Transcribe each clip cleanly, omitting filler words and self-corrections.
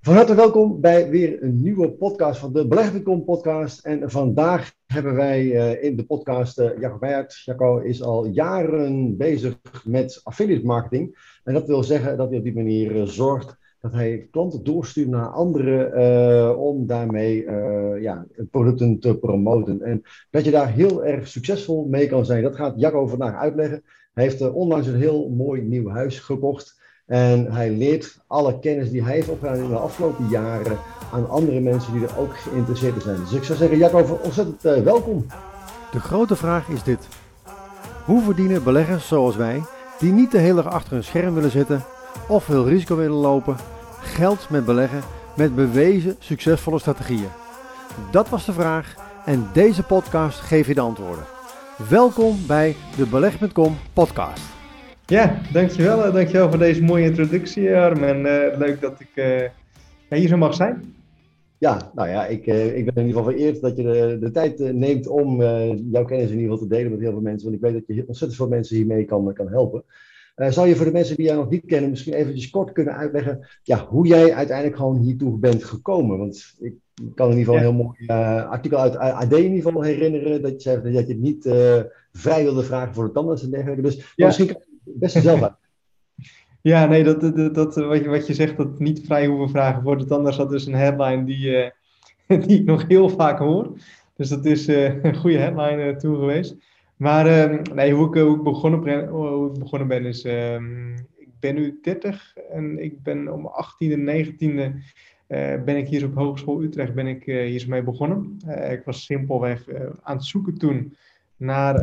Van harte welkom bij weer een nieuwe podcast van de Beleggen.com podcast. En vandaag hebben wij in de podcast Jacco Beijert. Jacco is al jaren bezig met affiliate marketing. En dat wil zeggen dat hij op die manier zorgt dat hij klanten doorstuurt naar anderen om daarmee producten te promoten. En dat je daar heel erg succesvol mee kan zijn, dat gaat Jacco vandaag uitleggen. Hij heeft onlangs een heel mooi nieuw huis gekocht. En hij leert alle kennis die hij heeft opgedaan in de afgelopen jaren aan andere mensen die er ook geïnteresseerd in zijn. Dus ik zou zeggen, Jacco, ontzettend welkom. De grote vraag is dit. Hoe verdienen beleggers zoals wij, die niet de hele dag achter een scherm willen zitten of veel risico willen lopen, geld met beleggen met bewezen succesvolle strategieën? Dat was de vraag en deze podcast geeft je de antwoorden. Welkom bij de Beleggen.com podcast. Ja, dankjewel voor deze mooie introductie, Harm. En leuk dat ik hier zo mag zijn. Ja, nou ja, ik ben in ieder geval vereerd dat je de tijd neemt om jouw kennis in ieder geval te delen met heel veel mensen. Want ik weet dat je ontzettend veel mensen hiermee kan helpen. Zou je voor de mensen die jou nog niet kennen misschien eventjes kort kunnen uitleggen hoe jij uiteindelijk gewoon hiertoe bent gekomen? Want ik kan in ieder geval een heel mooi artikel uit AD in ieder geval herinneren. Dat je zei dat je het niet vrij wilde vragen voor de tandarts en dergelijke. Dus misschien kan je het best zelf uit. Ja, nee, dat wat je zegt, dat niet vrij hoeven vragen voor de tandarts, dat is een headline die ik nog heel vaak hoor. Dus dat is een goede headline toen geweest. Maar hoe ik begonnen ben is, ik ben nu 30 en ik ben om 18e, 19e ben ik hier op Hogeschool Utrecht hiermee begonnen. Ik was simpelweg aan het zoeken toen naar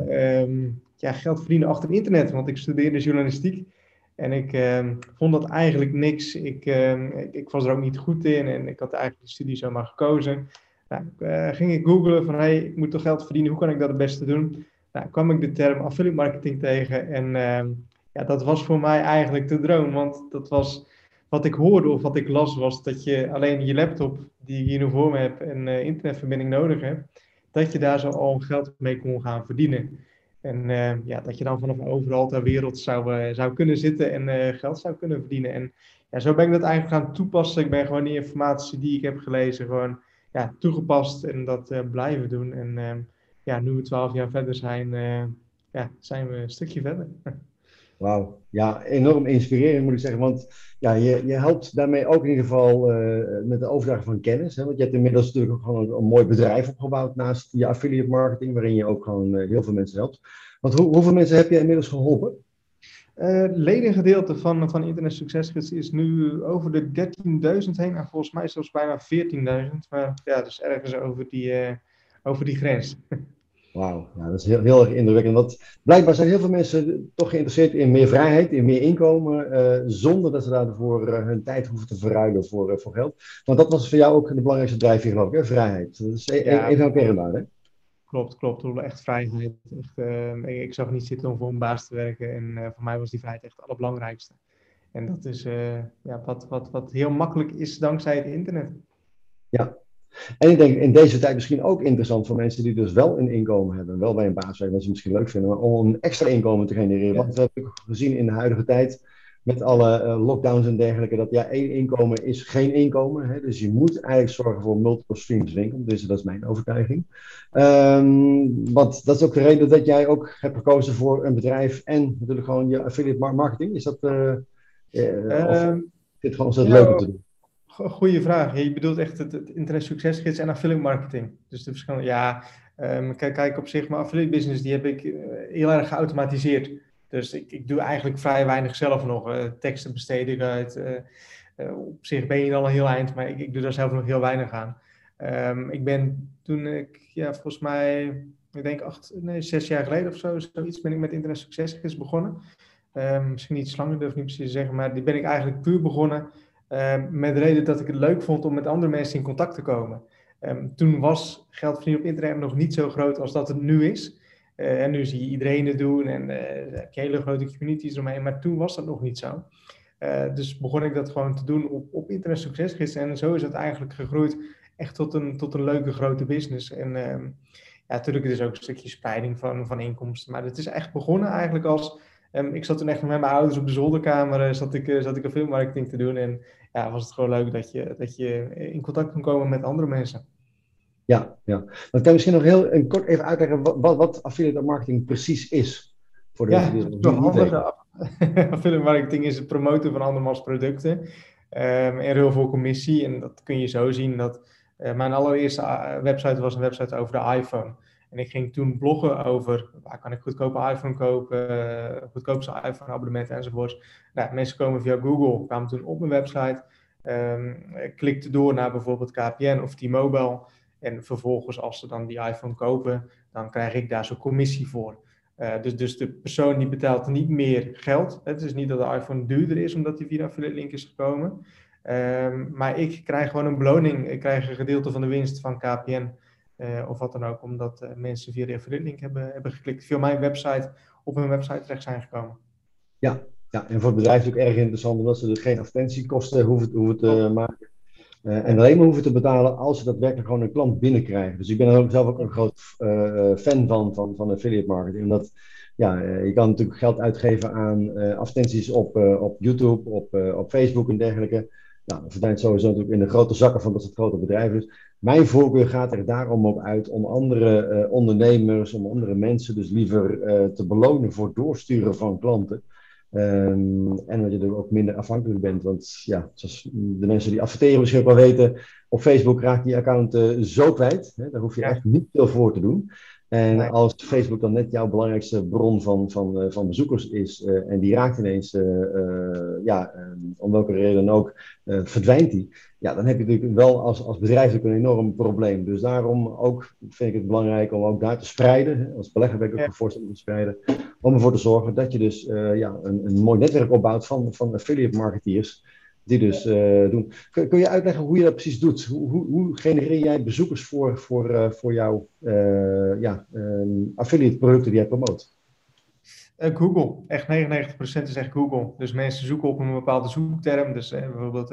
geld verdienen achter internet, want ik studeerde journalistiek. En ik vond dat eigenlijk niks. Ik was er ook niet goed in en ik had eigenlijk de studie zomaar gekozen. Nou, ging ik googlen van ik moet toch geld verdienen, hoe kan ik dat het beste doen? Nou, kwam ik de term affiliate marketing tegen en dat was voor mij eigenlijk de droom. Want dat was wat ik hoorde of wat ik las, was dat je alleen je laptop die je hier voor me hebt en internetverbinding nodig hebt, dat je daar zo al geld mee kon gaan verdienen. En dat je dan vanaf overal ter wereld zou kunnen zitten en geld zou kunnen verdienen. En zo ben ik dat eigenlijk gaan toepassen. Ik ben gewoon die informatie die ik heb gelezen gewoon toegepast en dat blijven doen. En nu we 12 jaar verder zijn, zijn we een stukje verder. Wauw, ja, enorm inspirerend moet ik zeggen, want je helpt daarmee ook in ieder geval met de overdrage van kennis. Hè? Want je hebt inmiddels natuurlijk ook gewoon een mooi bedrijf opgebouwd naast je affiliate marketing, waarin je ook gewoon heel veel mensen helpt. Want hoeveel mensen heb je inmiddels geholpen? Het ledengedeelte van Internet Succesgids is nu over de 13.000 heen en volgens mij zelfs bijna 14.000. Maar dus ergens over die grens. Wauw, dat is heel erg indrukwekkend. Want blijkbaar zijn heel veel mensen toch geïnteresseerd in meer vrijheid, in meer inkomen, zonder dat ze daarvoor hun tijd hoeven te verruilen voor geld. Want dat was voor jou ook de belangrijkste drijfveer, geloof ik, hè? Vrijheid. Dat is een van de kernwaarden, hè? Klopt. Echt vrijheid. Ik zag niet zitten om voor een baas te werken en voor mij was die vrijheid echt het allerbelangrijkste. En dat is wat heel makkelijk is dankzij het internet. Ja. En ik denk in deze tijd misschien ook interessant voor mensen die dus wel een inkomen hebben, wel bij een baas werken, wat ze misschien leuk vinden, maar om een extra inkomen te genereren. Ja. Want we hebben gezien in de huidige tijd, met alle lockdowns en dergelijke, dat één inkomen is geen inkomen. Hè? Dus je moet eigenlijk zorgen voor multiple streams of income. Dus dat is mijn overtuiging. Want dat is ook de reden dat jij ook hebt gekozen voor een bedrijf en natuurlijk gewoon je affiliate marketing. Is dat of is het gewoon ontzettend leuk om te doen? Goeie vraag. Je bedoelt echt het internet succesgids en affiliate marketing. Dus de verschillende, kijk op zich, mijn affiliate business die heb ik heel erg geautomatiseerd. Dus ik doe eigenlijk vrij weinig zelf nog. Teksten besteed ik uit. Op zich ben je al een heel eind, maar ik doe daar zelf nog heel weinig aan. Ik ben toen volgens mij, ik denk 6 jaar geleden of zoiets, ben ik met internet succesgids begonnen. Misschien iets langer, durf ik niet precies te zeggen, maar die ben ik eigenlijk puur begonnen. Met de reden dat ik het leuk vond om met andere mensen in contact te komen. Toen was geld verdienen op internet nog niet zo groot als dat het nu is. En nu zie je iedereen het doen en heb je hele grote communities eromheen. Maar toen was dat nog niet zo. Dus begon ik dat gewoon te doen op internet succesgids. En zo is het eigenlijk gegroeid echt tot een leuke grote business. En natuurlijk is het ook een stukje spreiding van inkomsten. Maar het is echt begonnen eigenlijk als Ik zat toen echt met mijn ouders op de zolderkamer, zat ik affiliate te doen. En ja, was het gewoon leuk dat je in contact kon komen met andere mensen. Ja, ja. Dan kan je misschien nog heel kort even uitleggen wat affiliate marketing precies is. Voor de mensen Ja, die dat is het wel nog niet handig. weten. Affiliate marketing is het promoten van andermans producten. En heel veel commissie. En dat kun je zo zien dat mijn allereerste website was een website over de iPhone. En ik ging toen bloggen over waar kan ik goedkope iPhone kopen, goedkoopste iPhone abonnementen enzovoorts. Nou, mensen komen via Google, kwamen toen op mijn website, klikten door naar bijvoorbeeld KPN of T-Mobile. En vervolgens als ze dan die iPhone kopen, dan krijg ik daar zo'n commissie voor. Dus de persoon die betaalt niet meer geld. Het is niet dat de iPhone duurder is omdat die via een affiliate link is gekomen. Maar ik krijg gewoon een beloning. Ik krijg een gedeelte van de winst van KPN of wat dan ook. Omdat mensen via de affiliate link hebben geklikt. Via mijn website op hun website terecht zijn gekomen. Ja, ja, en voor het bedrijf is het ook erg interessant omdat ze dus geen advertentiekosten hoeven te maken. En alleen maar hoeven te betalen als ze daadwerkelijk gewoon een klant binnenkrijgen. Dus ik ben er ook zelf ook een groot fan van affiliate marketing. Omdat je kan natuurlijk geld uitgeven aan advertenties op YouTube, op Facebook en dergelijke. Nou, dat verdwijnt sowieso natuurlijk in de grote zakken van dat soort grote bedrijven. Dus mijn voorkeur gaat er daarom ook uit om andere ondernemers, om andere mensen dus liever te belonen voor het doorsturen van klanten. En dat je er ook minder afhankelijk bent. Want ja, zoals de mensen die adverteren misschien ook wel weten, op Facebook raakt die account zo kwijt. Hè, daar hoef je echt niet veel voor te doen. En Nee. als Facebook dan net jouw belangrijkste bron van bezoekers is en die raakt ineens, om welke reden dan ook, verdwijnt die. Ja, dan heb je natuurlijk wel als bedrijf een enorm probleem. Dus daarom ook vind ik het belangrijk om ook daar te spreiden. Als belegger ben ik ook geforst om te spreiden. Om ervoor te zorgen dat je dus een mooi netwerk opbouwt van affiliate marketeers. Die dus doen. Kun je uitleggen hoe je dat precies doet? Hoe genereer jij bezoekers voor jouw affiliate producten die jij promoot? Google, echt 99% is echt Google. Dus mensen zoeken op een bepaalde zoekterm. Dus bijvoorbeeld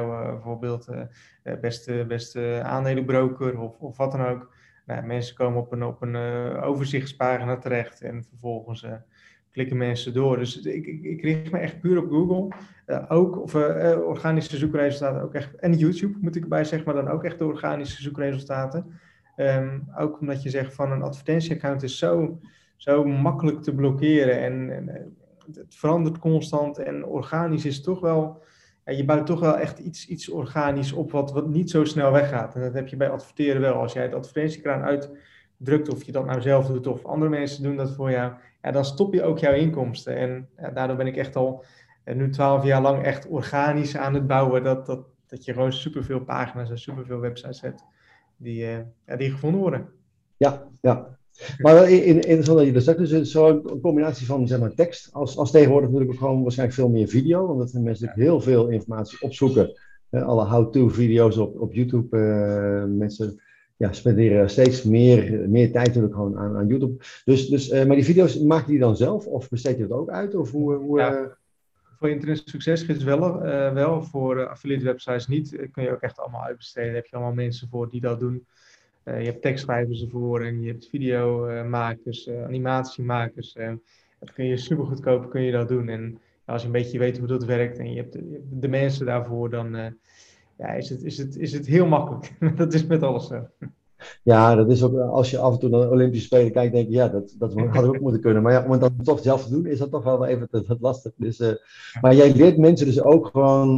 beste aandelenbroker of wat dan ook. Nou, mensen komen op een overzichtspagina terecht en vervolgens klikken mensen door. Dus ik richt me echt puur op Google. Organische zoekresultaten ook echt. En YouTube moet ik erbij zeggen, maar dan ook echt de organische zoekresultaten. Ook omdat je zegt van een advertentieaccount is zo makkelijk te blokkeren en het verandert constant en organisch is toch wel, je bouwt toch wel echt iets organisch op wat niet zo snel weggaat. En dat heb je bij adverteren wel. Als jij het advertentiekraan uitdrukt, of je dat nou zelf doet of andere mensen doen dat voor jou, dan stop je ook jouw inkomsten. En daardoor ben ik echt al nu 12 jaar lang echt organisch aan het bouwen, dat je gewoon superveel pagina's en superveel websites hebt die gevonden worden. Ja, ja. Maar wel interessant dat je dat zegt. Dus het is zo'n combinatie van zeg maar, tekst. Als tegenwoordig natuurlijk ook gewoon waarschijnlijk veel meer video. Want dat zijn mensen natuurlijk heel veel informatie opzoeken. Alle how-to video's op YouTube. Mensen spenderen steeds meer tijd natuurlijk gewoon aan YouTube. Maar die video's, maak je die dan zelf? Of besteed je dat ook uit? Of Voor Internet Succesgids wel. Voor affiliate websites niet. Kun je ook echt allemaal uitbesteden. Daar heb je allemaal mensen voor die dat doen. Je hebt tekstschrijvers ervoor en je hebt videomakers, animatiemakers. Dat kun je super goedkoop kun je dat doen. En als je een beetje weet hoe dat werkt en je hebt de mensen daarvoor, dan is het heel makkelijk. Dat is met alles zo. Ja, dat is ook als je af en toe naar de Olympische Spelen kijkt, denk je, ja, dat had ik ook moeten kunnen. Maar ja, om het dan toch zelf te doen, is dat toch wel even wat lastig. Dus, maar jij leert mensen dus ook gewoon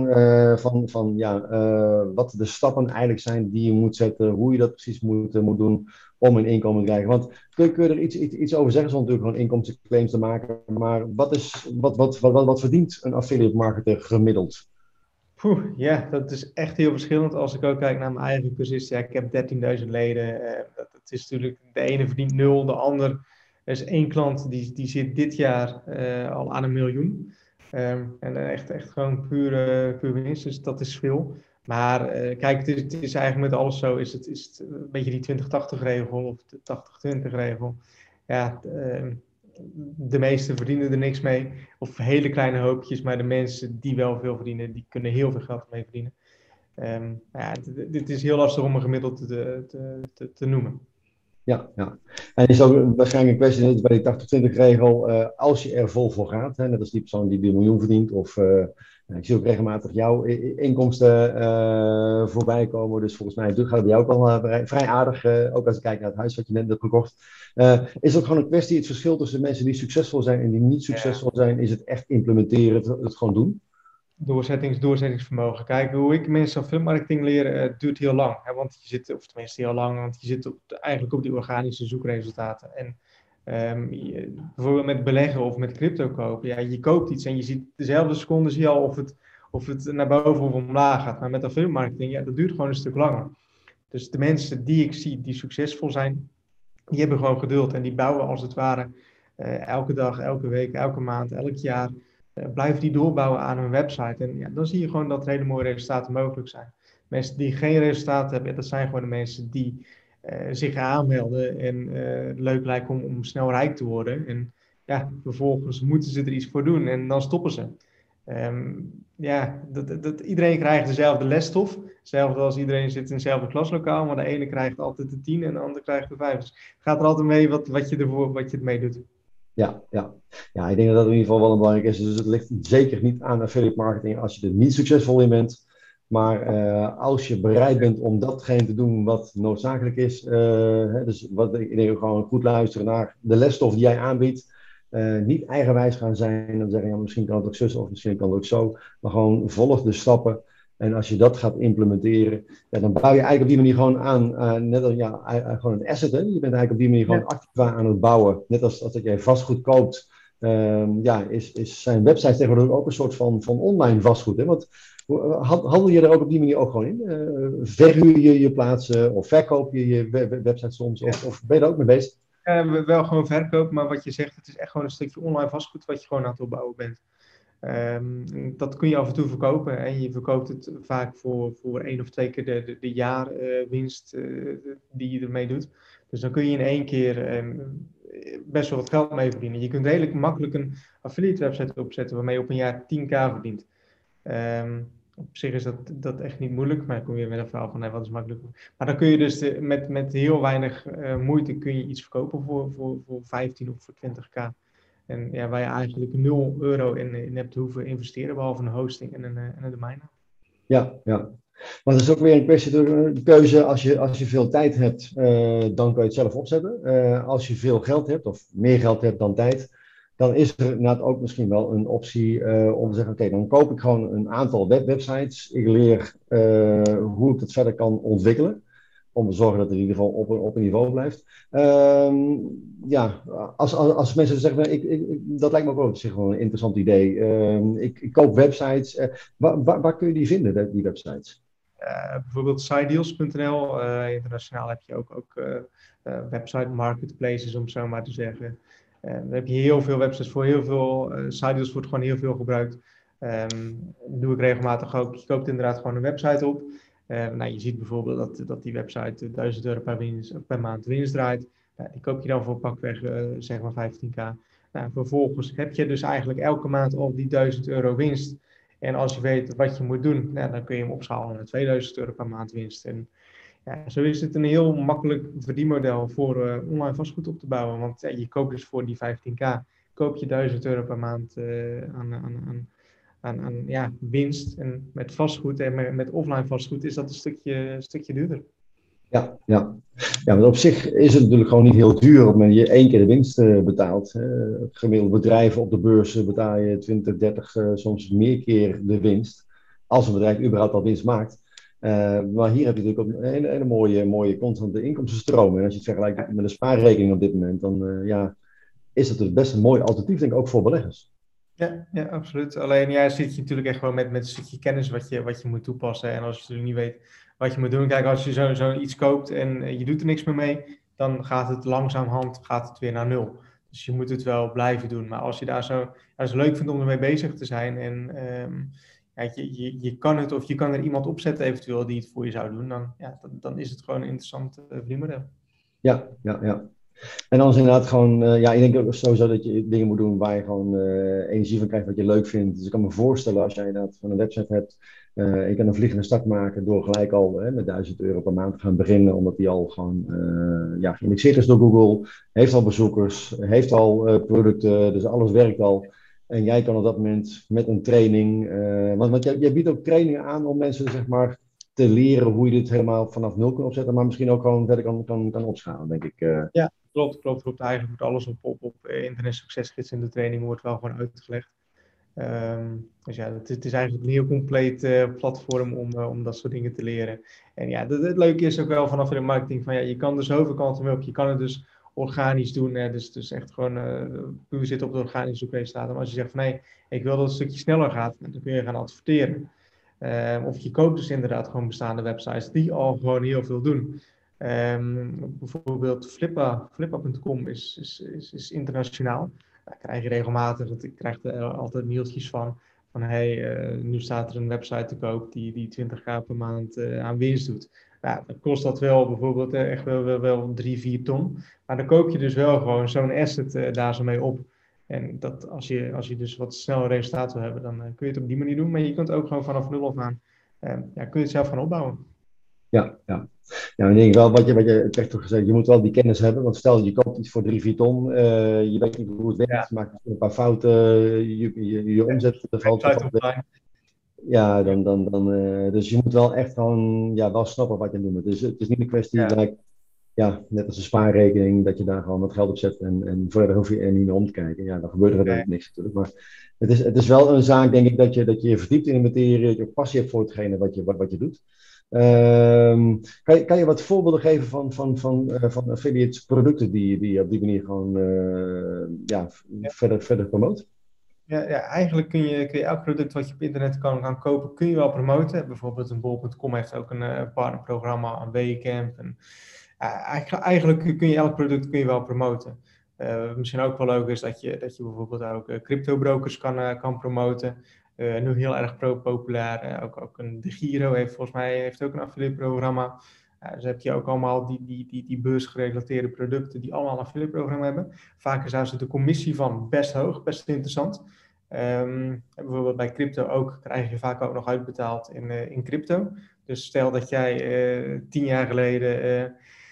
wat de stappen eigenlijk zijn die je moet zetten, hoe je dat precies moet doen om een inkomen te krijgen. Want kun je er iets over zeggen, zonder natuurlijk gewoon inkomstenclaims te maken. Maar wat verdient een affiliate marketer gemiddeld? Ja, dat is echt heel verschillend. Als ik ook kijk naar mijn eigen cursus, ik heb 13.000 leden. Dat is natuurlijk, de ene verdient 0, de ander. Er is één klant die zit dit jaar al aan 1 miljoen. En echt gewoon puur winst, dus dat is veel. Maar kijk, het is eigenlijk met alles zo, is het een beetje die 20-80 regel of de 80-20 regel. Ja, de meesten verdienen er niks mee, of hele kleine hoopjes, maar de mensen die wel veel verdienen, die kunnen heel veel geld mee verdienen. Dit is heel lastig om een gemiddeld te noemen. Ja, ja. En is ook waarschijnlijk een kwestie net bij die 80-20 regel, als je er vol voor gaat, hè, net als die persoon die 1 miljoen verdient, of ik zie ook regelmatig jouw inkomsten voorbij komen, dus volgens mij gaat het bij jou ook al vrij aardig, ook als ik kijk naar het huis wat je net hebt gekocht. Is het ook gewoon een kwestie, het verschil tussen mensen die succesvol zijn en die niet succesvol zijn, is het echt implementeren, het gewoon doen? Doorzettingsvermogen. Kijk, hoe ik mensen affiliate leren, het duurt heel lang. Hè, want je zit, of tenminste heel lang, want je zit eigenlijk op die organische zoekresultaten. En bijvoorbeeld met beleggen of met crypto kopen. Ja, je koopt iets en je ziet dezelfde seconde zie je al of het naar boven of omlaag gaat. Maar met affiliate marketing, ja, dat duurt gewoon een stuk langer. Dus de mensen die ik zie die succesvol zijn, die hebben gewoon geduld en die bouwen als het ware elke dag, elke week, elke maand, elk jaar blijven die doorbouwen aan hun website. En ja, dan zie je gewoon dat er hele mooie resultaten mogelijk zijn. Mensen die geen resultaat hebben, dat zijn gewoon de mensen die zich aanmelden en leuk lijkt om snel rijk te worden. En ja, vervolgens moeten ze er iets voor doen en dan stoppen ze. Ja, iedereen krijgt dezelfde lesstof. Hetzelfde als iedereen zit in hetzelfde klaslokaal, maar de ene krijgt altijd de 10 en de andere krijgt de 5. Dus het gaat er altijd mee wat je ermee doet. Ja, ja. Ja, ik denk dat dat in ieder geval wel een belangrijk is. Dus het ligt zeker niet aan affiliate marketing als je er niet succesvol in bent. Maar als je bereid bent om datgene te doen wat noodzakelijk is, dus wat ik denk gewoon goed luisteren naar de lesstof die jij aanbiedt. Niet eigenwijs gaan zijn en zeggen, ja, misschien kan het ook zus of misschien kan het ook zo. Maar gewoon volg de stappen. En als je dat gaat implementeren, ja, dan bouw je eigenlijk op die manier gewoon aan, net als ja, gewoon een asset. Hè? Je bent eigenlijk op die manier gewoon actief aan het bouwen. Net als dat jij vastgoed koopt, ja, zijn websites tegenwoordig ook een soort van online vastgoed. Hè? Want handel je er ook op die manier ook gewoon in? Verhuur je je plaatsen of verkoop je je website soms? Of ben je er ook mee bezig? Wel gewoon verkoop, maar wat je zegt, het is echt gewoon een stukje online vastgoed wat je gewoon aan het opbouwen bent. Dat kun je af en toe verkopen en je verkoopt het vaak voor 1 of 2 keer de jaarwinst die je ermee doet. Dus dan kun je in 1 keer best wel wat geld mee verdienen. Je kunt redelijk makkelijk een affiliate website opzetten waarmee je op een jaar 10.000 verdient. Op zich is dat echt niet moeilijk, maar dan kom je met een verhaal van wat is makkelijk. Maar dan kun je dus met heel weinig moeite kun je iets verkopen voor 15 of voor 20.000. En ja, waar je eigenlijk €0 in hebt hoeven investeren, behalve een hosting en een domeinnaam. Ja, ja. Maar dat is ook weer een kwestie de keuze. Als je veel tijd hebt, dan kan je het zelf opzetten. Als je veel geld hebt, of meer geld hebt dan tijd, dan is er inderdaad ook misschien wel een optie om te zeggen, oké, dan koop ik gewoon een aantal websites. Ik leer hoe ik dat verder kan ontwikkelen. Om te zorgen dat het in ieder geval op een niveau blijft. Ja, als mensen zeggen, dat lijkt me ook op zich wel een interessant idee. Ik koop websites. Waar kun je die vinden, die websites? Bijvoorbeeld SiteDeals.nl. Internationaal heb je ook website marketplaces, om het zo maar te zeggen. Daar heb je heel veel websites voor, heel veel. SiteDeals wordt gewoon heel veel gebruikt. Dat doe ik regelmatig ook. Je koopt inderdaad gewoon een website op. Nou, je ziet bijvoorbeeld dat die website €1000 per maand winst draait. Die koop je dan voor pakweg zeg maar 15.000. Nou, vervolgens heb je dus eigenlijk elke maand al die €1000 winst. En als je weet wat je moet doen, nou, dan kun je hem opschalen naar €2000 per maand winst. En ja, zo is het een heel makkelijk verdienmodel voor online vastgoed op te bouwen. Want je koopt dus voor die 15.000, koop je €1000 per maand aan winst. En met vastgoed en met offline vastgoed is dat een stukje duurder. Ja, ja. Ja, maar op zich is het natuurlijk gewoon niet heel duur op je 1 keer de winst betaalt. Gemiddeld bedrijven op de beurs betaal je 20, 30, soms meer keer de winst. Als een bedrijf überhaupt al winst maakt. Maar hier heb je natuurlijk ook een hele mooie constante inkomstenstroom. En als je het vergelijkt met een spaarrekening op dit moment, dan is dat dus best een mooi alternatief, denk ik, ook voor beleggers. Ja, absoluut. Alleen ja, zit je natuurlijk echt gewoon met een stukje kennis wat je moet toepassen. En als je natuurlijk niet weet wat je moet doen. Kijk, als je zo iets koopt en je doet er niks meer mee, dan gaat het langzamerhand weer naar 0. Dus je moet het wel blijven doen. Maar als je daar zo leuk vindt om ermee bezig te zijn en je kan het of je kan er iemand opzetten eventueel die het voor je zou doen, dan is het gewoon een interessant verdienmodel. Ja, ja, ja. En dan is inderdaad gewoon, ik denk ook sowieso dat je dingen moet doen waar je gewoon energie van krijgt, wat je leuk vindt. Dus ik kan me voorstellen als jij inderdaad van een website hebt, je kan een vliegende start maken door gelijk al met €1000 per maand te gaan beginnen, omdat die al gewoon geïndexeerd is door Google, heeft al bezoekers, heeft al producten, dus alles werkt al. En jij kan op dat moment met een training, want jij biedt ook trainingen aan om mensen zeg maar te leren hoe je dit helemaal vanaf nul kan opzetten, maar misschien ook gewoon verder kan opschalen, denk ik. Ja, klopt. Eigenlijk wordt alles op Internet Succesgids in de training wordt wel gewoon uitgelegd. Dus ja, het is eigenlijk een heel compleet platform om dat soort dingen te leren. En ja, het leuke is ook wel vanaf de marketing van ja, je kan er zoveel kanten mee op. Je kan het dus organisch doen, dus echt gewoon puur zitten op het organische zoekresultaten. Maar als je zegt van nee, ik wil dat het een stukje sneller gaat, dan kun je gaan adverteren. Of je koopt dus inderdaad gewoon bestaande websites die al gewoon heel veel doen. Bijvoorbeeld Flippa.com is internationaal. Daar krijg je regelmatig, ik krijg er altijd mailtjes van hey, nu staat er een website te koop die 20k per maand aan winst doet. Nou, dan kost dat wel bijvoorbeeld echt wel 3-4 ton. Maar dan koop je dus wel gewoon zo'n asset daar zo mee op. En dat als je dus wat sneller resultaat wil hebben, dan kun je het op die manier doen. Maar je kunt ook gewoon vanaf nul af aan, kun je het zelf gaan opbouwen. Ja, ja. Ja, ik denk wel, wat je terecht hebt gezegd, je moet wel die kennis hebben. Want stel, je koopt iets voor 3-4 ton, je weet niet hoe het werkt, Ja, je maakt een paar fouten, je omzet valt website weg. offline. Ja, dus je moet wel echt gewoon wel snappen wat je doet. Dus het is niet een kwestie, Ja. net als een spaarrekening, dat je daar gewoon wat geld op zet en verder hoef je er niet meer om te kijken. Ja, dan gebeurt er Nee. niks natuurlijk. Maar het is wel een zaak, denk ik, dat je verdiept in de materie, dat je passie hebt voor hetgene wat je doet. Kan je wat voorbeelden geven van affiliates producten die je op die manier gewoon verder promoot? Ja, eigenlijk kun je elk product wat je op internet kan kopen, kun je wel promoten. Bijvoorbeeld een bol.com heeft ook een partnerprogramma, een Weekamp. Eigenlijk kun je elk product wel promoten. Misschien ook wel leuk is dat je bijvoorbeeld ook cryptobrokers kan promoten. Nu heel erg populair. Ook de Giro heeft ook een affiliate programma. Dus heb je ook allemaal die beursgerelateerde producten die allemaal een affiliate programma hebben. Vaak is daar de commissie van best hoog, best interessant. Bijvoorbeeld bij crypto ook krijg je vaak ook nog uitbetaald in crypto. Dus stel dat jij 10 jaar geleden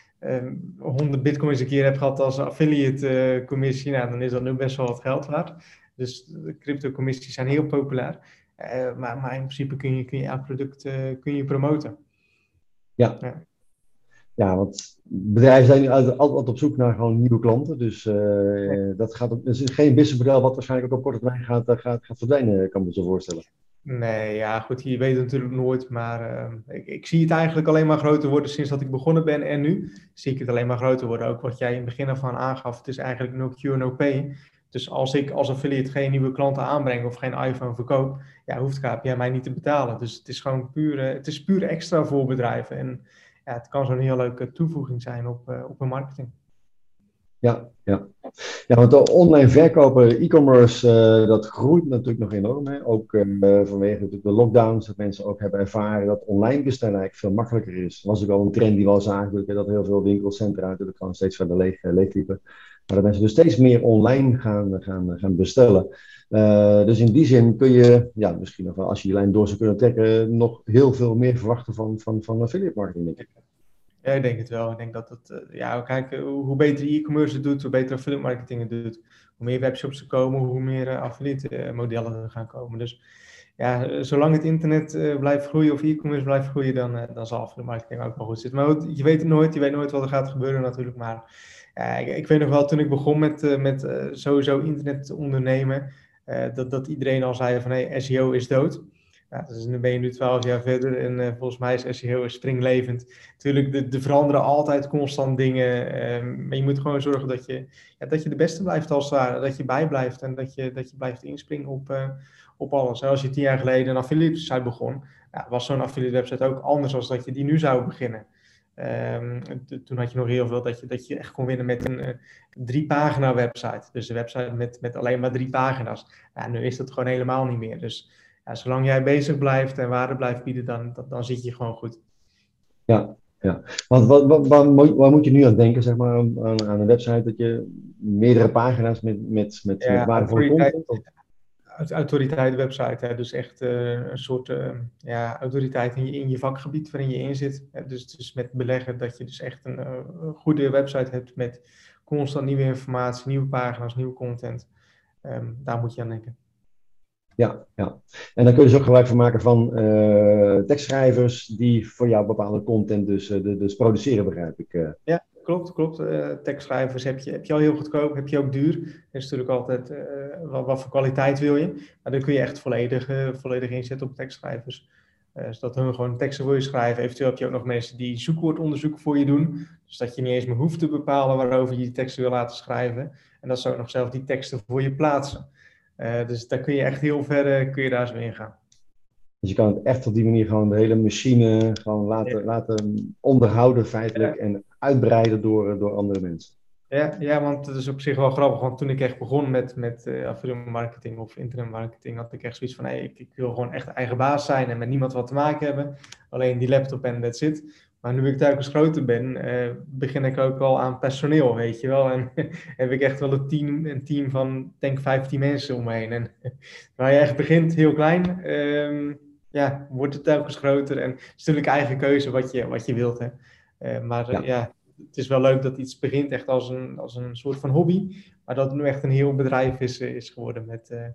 100 bitcoins een keer hebt gehad als affiliate commissie, nou, dan is dat nu best wel wat geld waard. Dus de crypto commissies zijn heel populair. Maar in principe kun je elk product promoten. Ja. Ja. Ja, want bedrijven zijn altijd op zoek naar gewoon nieuwe klanten. Dus dat is geen businessmodel wat waarschijnlijk ook op korte termijn gaat verdwijnen, kan ik me zo voorstellen. Nee, ja goed, je weet het natuurlijk nooit, maar ik zie het eigenlijk alleen maar groter worden sinds dat ik begonnen ben en nu zie ik het alleen maar groter worden. Ook wat jij in het begin ervan aangaf, het is eigenlijk no cure, no pay. Dus als ik als affiliate geen nieuwe klanten aanbreng of geen iPhone verkoop, ja, hoeft KPN mij niet te betalen. Dus het is gewoon puur extra voor bedrijven en ja, het kan zo'n heel leuke toevoeging zijn op hun marketing. Ja. Want de online verkopen, e-commerce, dat groeit natuurlijk nog enorm. Hè? Ook vanwege de lockdowns, dat mensen ook hebben ervaren dat online bestellen eigenlijk veel makkelijker is. Dat was ook wel een trend die we al zagen, dat heel veel winkelcentra natuurlijk gewoon steeds verder leegliepen. Maar dat mensen dus steeds meer online gaan bestellen. Dus in die zin kun je, misschien nog wel, als je die lijn door zou kunnen trekken, nog heel veel meer verwachten van affiliate marketing, denk ik. Ja, ik denk het wel. Ik denk dat kijk, hoe beter e-commerce het doet, hoe beter affiliate marketing het doet. Hoe meer webshops er komen, hoe meer affiliate modellen er gaan komen. Dus ja, zolang het internet blijft groeien of e-commerce blijft groeien, dan zal affiliate marketing ook wel goed zitten. Maar goed, je weet het nooit. Je weet nooit wat er gaat gebeuren natuurlijk. Maar ik weet nog wel, toen ik begon met sowieso internet ondernemen, dat iedereen al zei van hey, SEO is dood. Ja, dus nu ben je 12 jaar verder en volgens mij is SEO springlevend. Natuurlijk, er veranderen altijd constant dingen, maar je moet gewoon zorgen dat je de beste blijft als het ware. Dat je bijblijft en dat je blijft inspringen op alles. Als je 10 jaar geleden een affiliate site begon, was zo'n affiliate website ook anders dan dat je die nu zou beginnen. Toen had je nog heel veel dat je echt kon winnen met een 3-pagina website. Dus een website met alleen maar 3 pagina's. Nu is dat gewoon helemaal niet meer. Dus ja, zolang jij bezig blijft en waarde blijft bieden, dan zit je gewoon goed. Ja. Ja. Want waar moet je nu aan denken, zeg maar, aan een website dat je meerdere pagina's met Ja, waardevolle autoriteit, content? Of, autoriteit website. Hè? Dus echt een soort autoriteit in je vakgebied waarin je in zit. Dus met beleggen dat je dus echt een goede website hebt met constant nieuwe informatie, nieuwe pagina's, nieuwe content. Daar moet je aan denken. ja, ja. En dan kun je dus ook gebruik van maken van tekstschrijvers die voor jou bepaalde content dus produceren, begrijp ik. Ja, klopt. Tekstschrijvers heb je al heel goedkoop, heb je ook duur. Er is natuurlijk altijd wat voor kwaliteit wil je. Maar dan kun je echt volledig inzetten op tekstschrijvers. Zodat hun gewoon teksten voor je schrijven. Eventueel heb je ook nog mensen die zoekwoordonderzoek voor je doen. Dus dat je niet eens meer hoeft te bepalen waarover je die teksten wil laten schrijven. En dat ze ook nog zelf die teksten voor je plaatsen. Dus daar kun je echt heel ver kun je daar zo in gaan. Dus je kan het echt op die manier gewoon de hele machine gewoon laten onderhouden feitelijk en uitbreiden door andere mensen. Ja, want het is op zich wel grappig, want toen ik echt begon met affiliate marketing of internet marketing, had ik echt zoiets van, ik wil gewoon echt eigen baas zijn en met niemand wat te maken hebben. Alleen die laptop en that's it. Maar nu ik telkens groter ben, begin ik ook al aan personeel, weet je wel. En heb ik echt wel een team van, denk 15 mensen om me heen. En waar je echt begint heel klein, wordt het telkens groter. En het is natuurlijk eigen keuze wat je wilt, hè. Het is wel leuk dat iets begint echt als een soort van hobby, maar dat het nu echt een heel bedrijf is geworden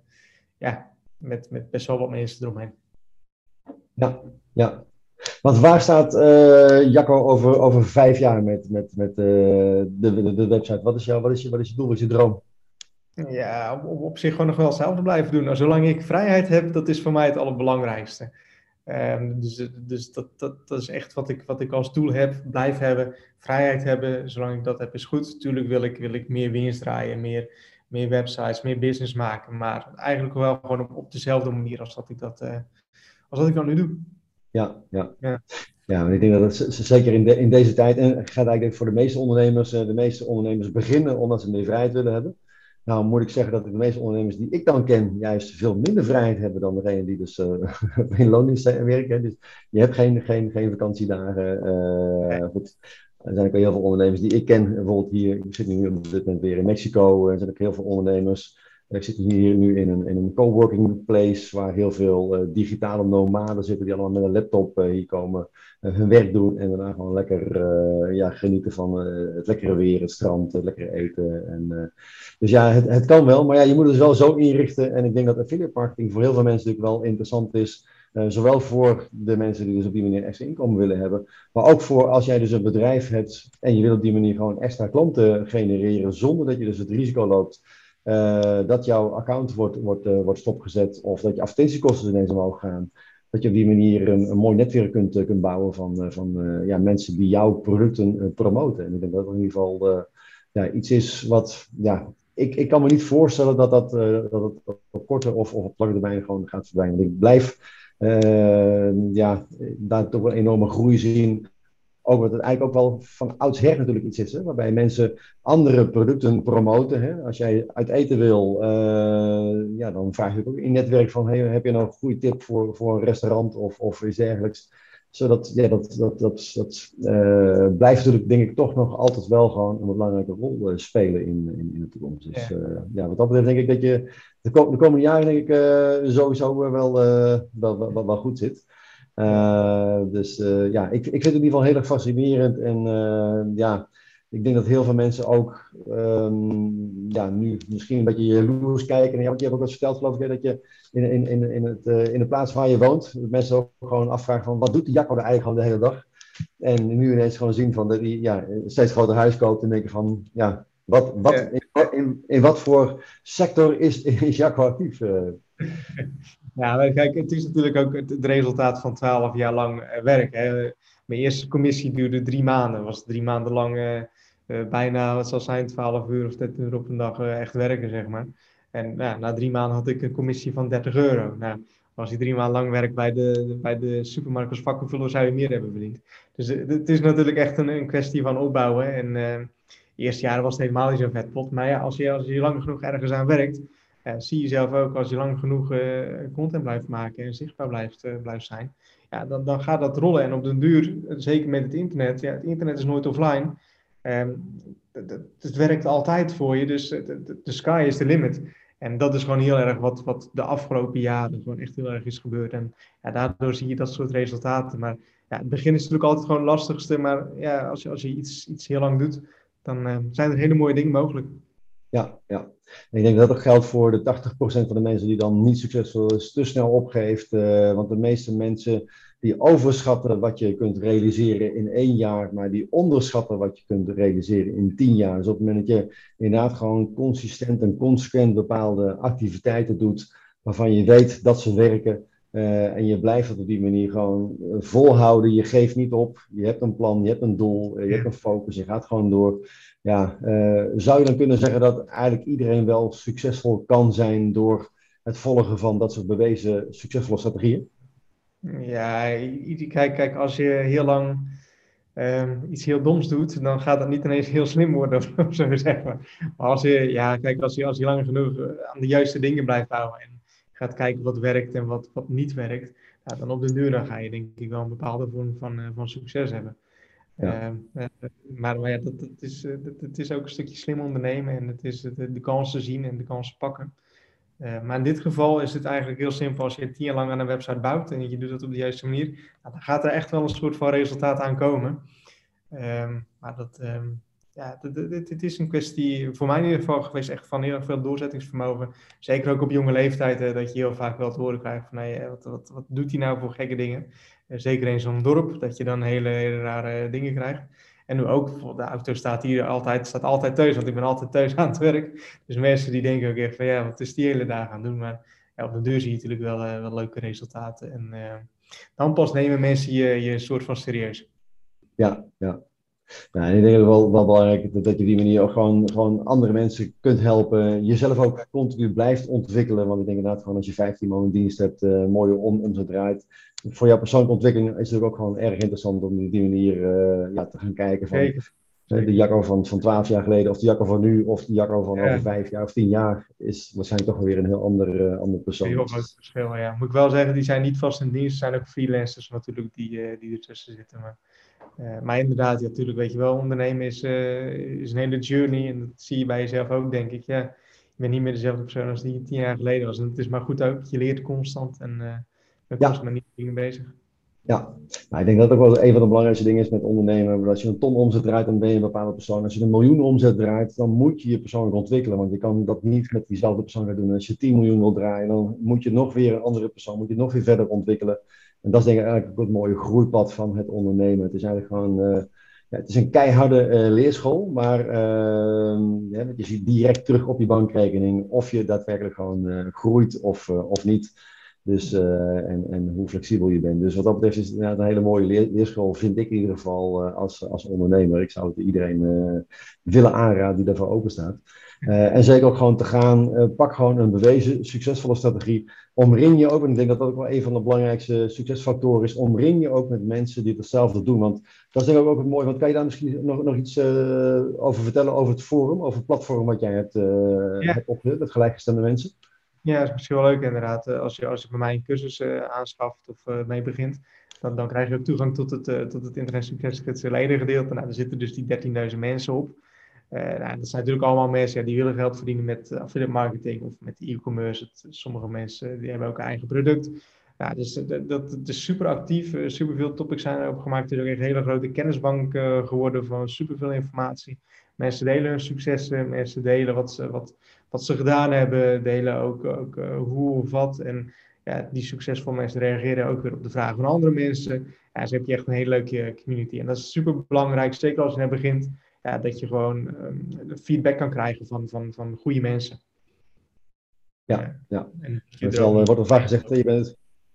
met best wel wat mensen eromheen. Ja, ja. Want waar staat Jacco over 5 jaar met de website? Wat is je doel, wat is je droom? Ja, op zich gewoon nog wel hetzelfde blijven doen. Nou, zolang ik vrijheid heb, dat is voor mij het allerbelangrijkste. Dus dat is echt wat ik als doel heb, blijf hebben. Vrijheid hebben, zolang ik dat heb, is goed. Natuurlijk wil ik meer winst draaien, meer websites, meer business maken. Maar eigenlijk wel gewoon op dezelfde manier als dat ik dat nu doe. Ja, ja. Ja. Ja, en ik denk dat het zeker in deze tijd, en gaat eigenlijk voor de meeste ondernemers beginnen omdat ze meer vrijheid willen hebben. Nou moet ik zeggen dat de meeste ondernemers die ik dan ken, juist veel minder vrijheid hebben dan degene die dus in loondienst werken. Dus je hebt geen vakantiedagen. Goed. Er zijn ook heel veel ondernemers die ik ken. Bijvoorbeeld hier, ik zit nu op dit moment weer in Mexico. Er zijn ook heel veel ondernemers. Ik zit hier nu in een coworking place waar heel veel digitale nomaden zitten die allemaal met een laptop hier komen hun werk doen en daarna gewoon lekker genieten van het lekkere weer, het strand, het lekkere eten. Dus ja, het kan wel, maar ja, je moet het dus wel zo inrichten. En ik denk dat affiliate marketing voor heel veel mensen natuurlijk wel interessant is. Zowel voor de mensen die dus op die manier extra inkomen willen hebben, maar ook voor als jij dus een bedrijf hebt en je wil op die manier gewoon extra klanten genereren zonder dat je dus het risico loopt dat jouw account wordt stopgezet of dat je advertentiekosten ineens omhoog gaan. Dat je op die manier een mooi netwerk kunt bouwen van mensen die jouw producten promoten. En ik denk dat dat in ieder geval iets is wat, ik kan me niet voorstellen dat het op korte of op lange termijn gewoon gaat verdwijnen. Want ik blijf daar toch wel een enorme groei zien. Ook wat het eigenlijk ook wel van oudsher natuurlijk iets is, hè, waarbij mensen andere producten promoten. Hè. Als jij uit eten wil, dan vraag je ook in het netwerk van, hey, heb je nou een goede tip voor een restaurant of iets dergelijks. Zodat, dat blijft natuurlijk denk ik toch nog altijd wel gewoon een belangrijke rol spelen in de toekomst. Dus wat dat betreft denk ik dat je de komende jaren denk ik sowieso wel goed zit. Ik vind het in ieder geval heel erg fascinerend en ik denk dat heel veel mensen ook nu misschien een beetje jaloers kijken. En want je hebt ook wat verteld geloof ik dat je in de plaats waar je woont, dat mensen ook gewoon afvragen van wat doet die Jacco er eigenlijk gewoon de hele dag? En nu ineens gewoon zien van dat hij een steeds groter huis koopt en denken van in wat voor sector is Jacco actief? Ja, kijk, het is natuurlijk ook het resultaat van 12 jaar lang werk. Hè. Mijn eerste commissie duurde 3 maanden. Was 3 maanden lang bijna, wat zal zijn, 12 uur of 13 uur op een dag echt werken, zeg maar. En na 3 maanden had ik een commissie van €30. Nou, als je 3 maanden lang werkt bij de supermarkt als vakkenvuller, zou je meer hebben verdiend. Dus het is natuurlijk echt een kwestie van opbouwen. En de eerste jaren was het helemaal niet zo'n vetpot. Maar ja, als je lang genoeg ergens aan werkt, zie je zelf ook als je lang genoeg content blijft maken en zichtbaar blijft zijn. ja, dan gaat dat rollen. En op den duur, zeker met het internet, ja, het internet is nooit offline. Het werkt altijd voor je, dus de sky is the limit. En dat is gewoon heel erg wat de afgelopen jaren gewoon echt heel erg is gebeurd. En ja, daardoor zie je dat soort resultaten. Maar ja, het begin is natuurlijk altijd gewoon het lastigste. Maar ja, als je iets heel lang doet, dan zijn er hele mooie dingen mogelijk. Ja. En ik denk dat dat ook geldt voor de 80% van de mensen die dan niet succesvol is, te snel opgeeft. Want de meeste mensen die overschatten wat je kunt realiseren in 1 jaar, maar die onderschatten wat je kunt realiseren in 10 jaar. Dus op het moment dat je inderdaad gewoon consistent en consequent bepaalde activiteiten doet, waarvan je weet dat ze werken, en je blijft het op die manier gewoon volhouden. Je geeft niet op. Je hebt een plan, je hebt een doel, je hebt een focus, je gaat gewoon door. Ja, zou je dan kunnen zeggen dat eigenlijk iedereen wel succesvol kan zijn door het volgen van dat soort bewezen succesvolle strategieën? Ja, kijk, als je heel lang iets heel doms doet, dan gaat dat niet ineens heel slim worden, of zo zeg maar. Maar als je lang genoeg aan de juiste dingen blijft houden en gaat kijken wat werkt en wat niet werkt, ja, dan op den duur dan ga je denk ik wel een bepaalde vorm van succes hebben. Ja. Maar ja, het is ook een stukje slim ondernemen en het is de kansen zien en de kansen pakken. Maar in dit geval is het eigenlijk heel simpel. Als je 10 jaar lang aan een website bouwt en je doet dat op de juiste manier, nou, dan gaat er echt wel een soort van resultaat aan komen. Maar dit is een kwestie, voor mij in ieder geval geweest, echt van heel erg veel doorzettingsvermogen. Zeker ook op jonge leeftijd, dat je heel vaak wel te horen krijgt van, wat doet hij nou voor gekke dingen? Zeker in zo'n dorp, dat je dan hele rare dingen krijgt. En nu ook, de auto staat altijd thuis, want ik ben altijd thuis aan het werk. Dus mensen die denken ook echt van, ja, wat is die hele dag aan doen? Maar ja, op de deur zie je natuurlijk wel leuke resultaten. En dan pas nemen mensen je soort van serieus. Ja. Ja, en ik denk dat het wel belangrijk is dat je op die manier ook gewoon andere mensen kunt helpen. Jezelf ook continu blijft ontwikkelen. Want ik denk inderdaad gewoon als je 15 man in dienst hebt, mooie omzet draait. Voor jouw persoonlijke ontwikkeling is het natuurlijk ook gewoon erg interessant om op die manier te gaan kijken van de Jacco van 12 jaar geleden of de Jacco van nu of de Jacco van over 5 jaar of 10 jaar is waarschijnlijk toch weer een heel ander persoon. Een heel groot verschil, ja. Moet ik wel zeggen, die zijn niet vast in dienst. Er zijn ook freelancers natuurlijk die ertussen zitten. Maar inderdaad, ja, natuurlijk weet je wel, ondernemen is een hele journey. En dat zie je bij jezelf ook, denk ik. Ja, je bent niet meer dezelfde persoon als die 10 jaar geleden was. En het is maar goed ook, je leert constant en bent constant met nieuwe dingen bezig. Ja, nou, ik denk dat dat ook wel een van de belangrijkste dingen is met ondernemen. Als je een ton omzet draait, dan ben je een bepaalde persoon. Als je 1 miljoen omzet draait, dan moet je je persoonlijk ontwikkelen. Want je kan dat niet met diezelfde persoon gaan doen. Als je 10 miljoen wil draaien, dan moet je nog weer een andere persoon, moet je nog weer verder ontwikkelen. En dat is denk ik eigenlijk ook het mooie groeipad van het ondernemen. Het is eigenlijk gewoon, het is een keiharde leerschool, maar je ziet direct terug op je bankrekening of je daadwerkelijk gewoon groeit of niet. Dus, en hoe flexibel je bent. Dus wat dat betreft is het een hele mooie leerschool, vind ik in ieder geval als ondernemer. Ik zou het iedereen willen aanraden die daarvoor open staat. En zeker ook gewoon te gaan, pak gewoon een bewezen, succesvolle strategie. Omring je ook, en ik denk dat dat ook wel een van de belangrijkste succesfactoren is, omring je ook met mensen die hetzelfde doen. Want dat is denk ik ook het mooie, want kan je daar misschien nog iets over vertellen, over het forum, over het platform wat jij hebt opgezet, met gelijkgestemde mensen? Ja, dat is misschien wel leuk inderdaad. Als je bij mij een cursus aanschaft of mee begint, dan krijg je ook toegang tot het Internet Success ledengedeelte. Nou, daar zitten dus die 13.000 mensen op. Dat zijn natuurlijk allemaal mensen die willen geld verdienen met affiliate marketing of met e-commerce. Sommige mensen die hebben ook een eigen product. Ja, dus dat is super actief. Super veel topics zijn erop gemaakt. Het is ook echt een hele grote kennisbank geworden van super veel informatie. Mensen delen hun successen, mensen delen wat ze gedaan hebben, delen ook hoe of wat. En ja, die succesvolle mensen reageren ook weer op de vragen van andere mensen. Ja, dus heb je echt een hele leuke community. En dat is super belangrijk, zeker als je net begint, ja, dat je gewoon feedback kan krijgen van goede mensen. Ja. En wordt er vaak gezegd, je bent...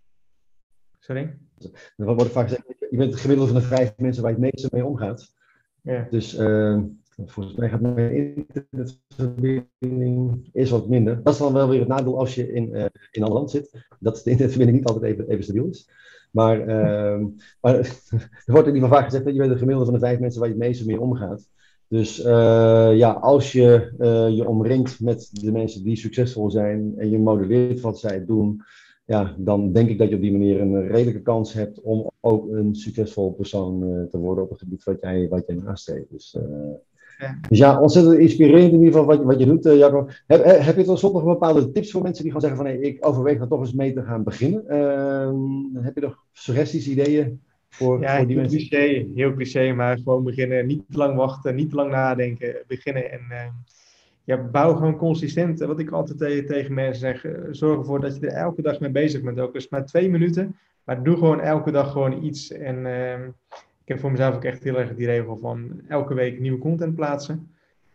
Sorry? Er wordt vaak gezegd, je bent het gemiddelde van de 5 mensen waar je het meeste mee omgaat. Ja. Dus volgens mij gaat mijn internetverbinding is wat minder. Dat is dan wel weer het nadeel als je in een ander land zit. Dat de internetverbinding niet altijd even stabiel is. Maar er wordt in ieder geval vaak gezegd dat je bent het gemiddelde van de 5 mensen waar je het meeste mee omgaat. Dus als je je omringt met de mensen die succesvol zijn en je modelleert wat zij doen, ja, dan denk ik dat je op die manier een redelijke kans hebt om ook een succesvol persoon te worden op het gebied wat jij nastreeft. Dus ja, ontzettend inspirerend in ieder geval wat je doet, Jacco. Heb je tot slot nog bepaalde tips voor mensen die gaan zeggen van hey, ik overweeg dan toch eens mee te gaan beginnen? Heb je nog suggesties, ideeën voor die mensen? Heel cliché, maar gewoon beginnen. Niet te lang wachten, niet te lang nadenken. Beginnen en bouw gewoon consistent. Wat ik altijd tegen mensen zeg, zorg ervoor dat je er elke dag mee bezig bent. Ook is maar 2 minuten, maar doe gewoon elke dag gewoon iets. En ik heb voor mezelf ook echt heel erg die regel van elke week nieuwe content plaatsen.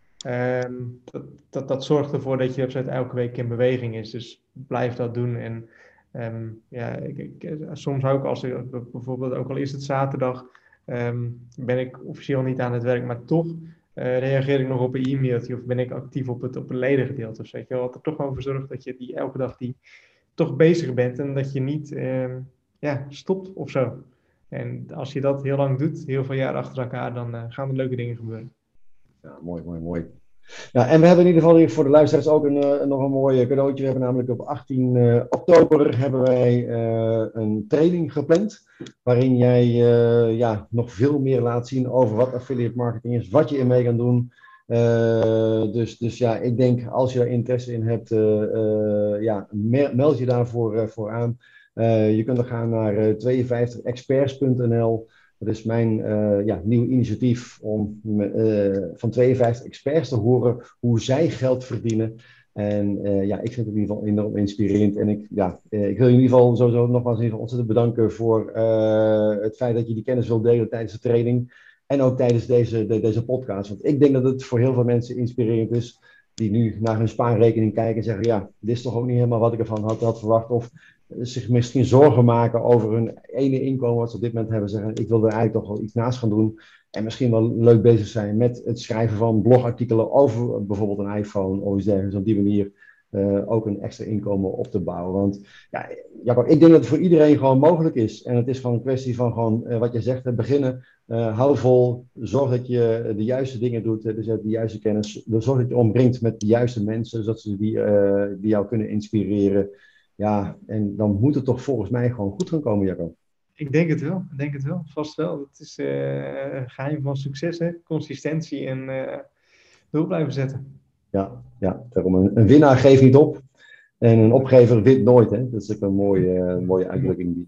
Dat zorgt ervoor dat je website elke week in beweging is. Dus blijf dat doen. En soms ook als ik bijvoorbeeld, ook al is het zaterdag, ben ik officieel niet aan het werk, maar toch reageer ik nog op een e-mailtje of ben ik actief op het ledengedeelte. Dus weet je wel, wat er toch over zorgt dat je die elke dag toch bezig bent en dat je niet stopt of zo. En als je dat heel lang doet, heel veel jaren achter elkaar, dan gaan er leuke dingen gebeuren. Ja, mooi. Ja, en we hebben in ieder geval voor de luisteraars ook nog een mooi cadeautje. We hebben namelijk op 18 oktober hebben wij een training gepland. Waarin jij nog veel meer laat zien over wat affiliate marketing is. Wat je ermee kan doen. Dus ja, ik denk als je daar interesse in hebt, meld je daarvoor aan. Je kunt dan gaan naar 52experts.nl. Dat is mijn nieuw initiatief om van 52 experts te horen hoe zij geld verdienen. En ik vind het in ieder geval enorm inspirerend. En ik wil je in ieder geval sowieso nogmaals ontzettend bedanken voor het feit dat je die kennis wilt delen tijdens de training. En ook tijdens deze podcast. Want ik denk dat het voor heel veel mensen inspirerend is die nu naar hun spaarrekening kijken en zeggen, ja, dit is toch ook niet helemaal wat ik ervan had verwacht. Of zich misschien zorgen maken over hun ene inkomen wat ze op dit moment hebben. Zeggen, ik wil er eigenlijk toch wel iets naast gaan doen. En misschien wel leuk bezig zijn met het schrijven van blogartikelen over bijvoorbeeld een iPhone of iets dergelijks. Op die manier ook een extra inkomen op te bouwen. Want Jacob, ik denk dat het voor iedereen gewoon mogelijk is. En het is gewoon een kwestie van gewoon wat je zegt, beginnen. Hou vol, zorg dat je de juiste dingen doet, dus je hebt de juiste kennis. Zorg dat je omringt met de juiste mensen, zodat ze die jou kunnen inspireren. Ja, en dan moet het toch volgens mij gewoon goed gaan komen, Jacco. Ik denk het wel, vast wel. Het is geheim van succes, hè? Consistentie en door blijven zetten. Ja, daarom een winnaar geeft niet op en een opgever wint nooit, hè? Dat is ook een mooie uitdrukking.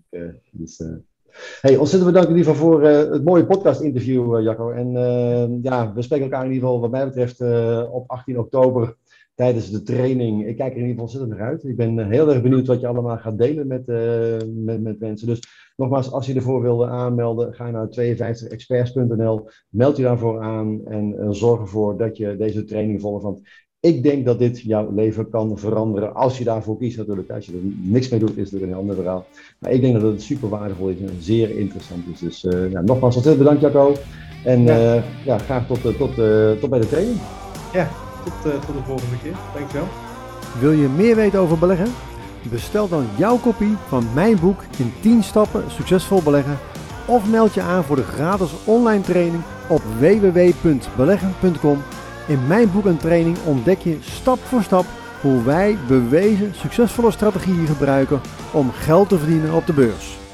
Hey, ontzettend bedankt in ieder geval voor het mooie podcast-interview, Jacco. En we spreken elkaar in ieder geval wat mij betreft op 18 oktober tijdens de training. Ik kijk er in ieder geval ontzettend naar uit. Ik ben heel erg benieuwd wat je allemaal gaat delen met mensen. Dus nogmaals, als je ervoor wilde aanmelden, ga naar 52experts.nl. Meld je daarvoor aan en zorg ervoor dat je deze training volgt. Want ik denk dat dit jouw leven kan veranderen als je daarvoor kiest natuurlijk. Als je er niks mee doet, is het natuurlijk een ander verhaal. Maar ik denk dat het super waardevol is en zeer interessant is. Dus nogmaals, ontzettend bedankt Jacco. En graag tot bij de training. Ja, tot de volgende keer. Dankjewel. Wil je meer weten over beleggen? Bestel dan jouw kopie van mijn boek in 10 stappen succesvol beleggen. Of meld je aan voor de gratis online training op www.beleggen.com. In mijn boek en training ontdek je stap voor stap hoe wij bewezen succesvolle strategieën gebruiken om geld te verdienen op de beurs.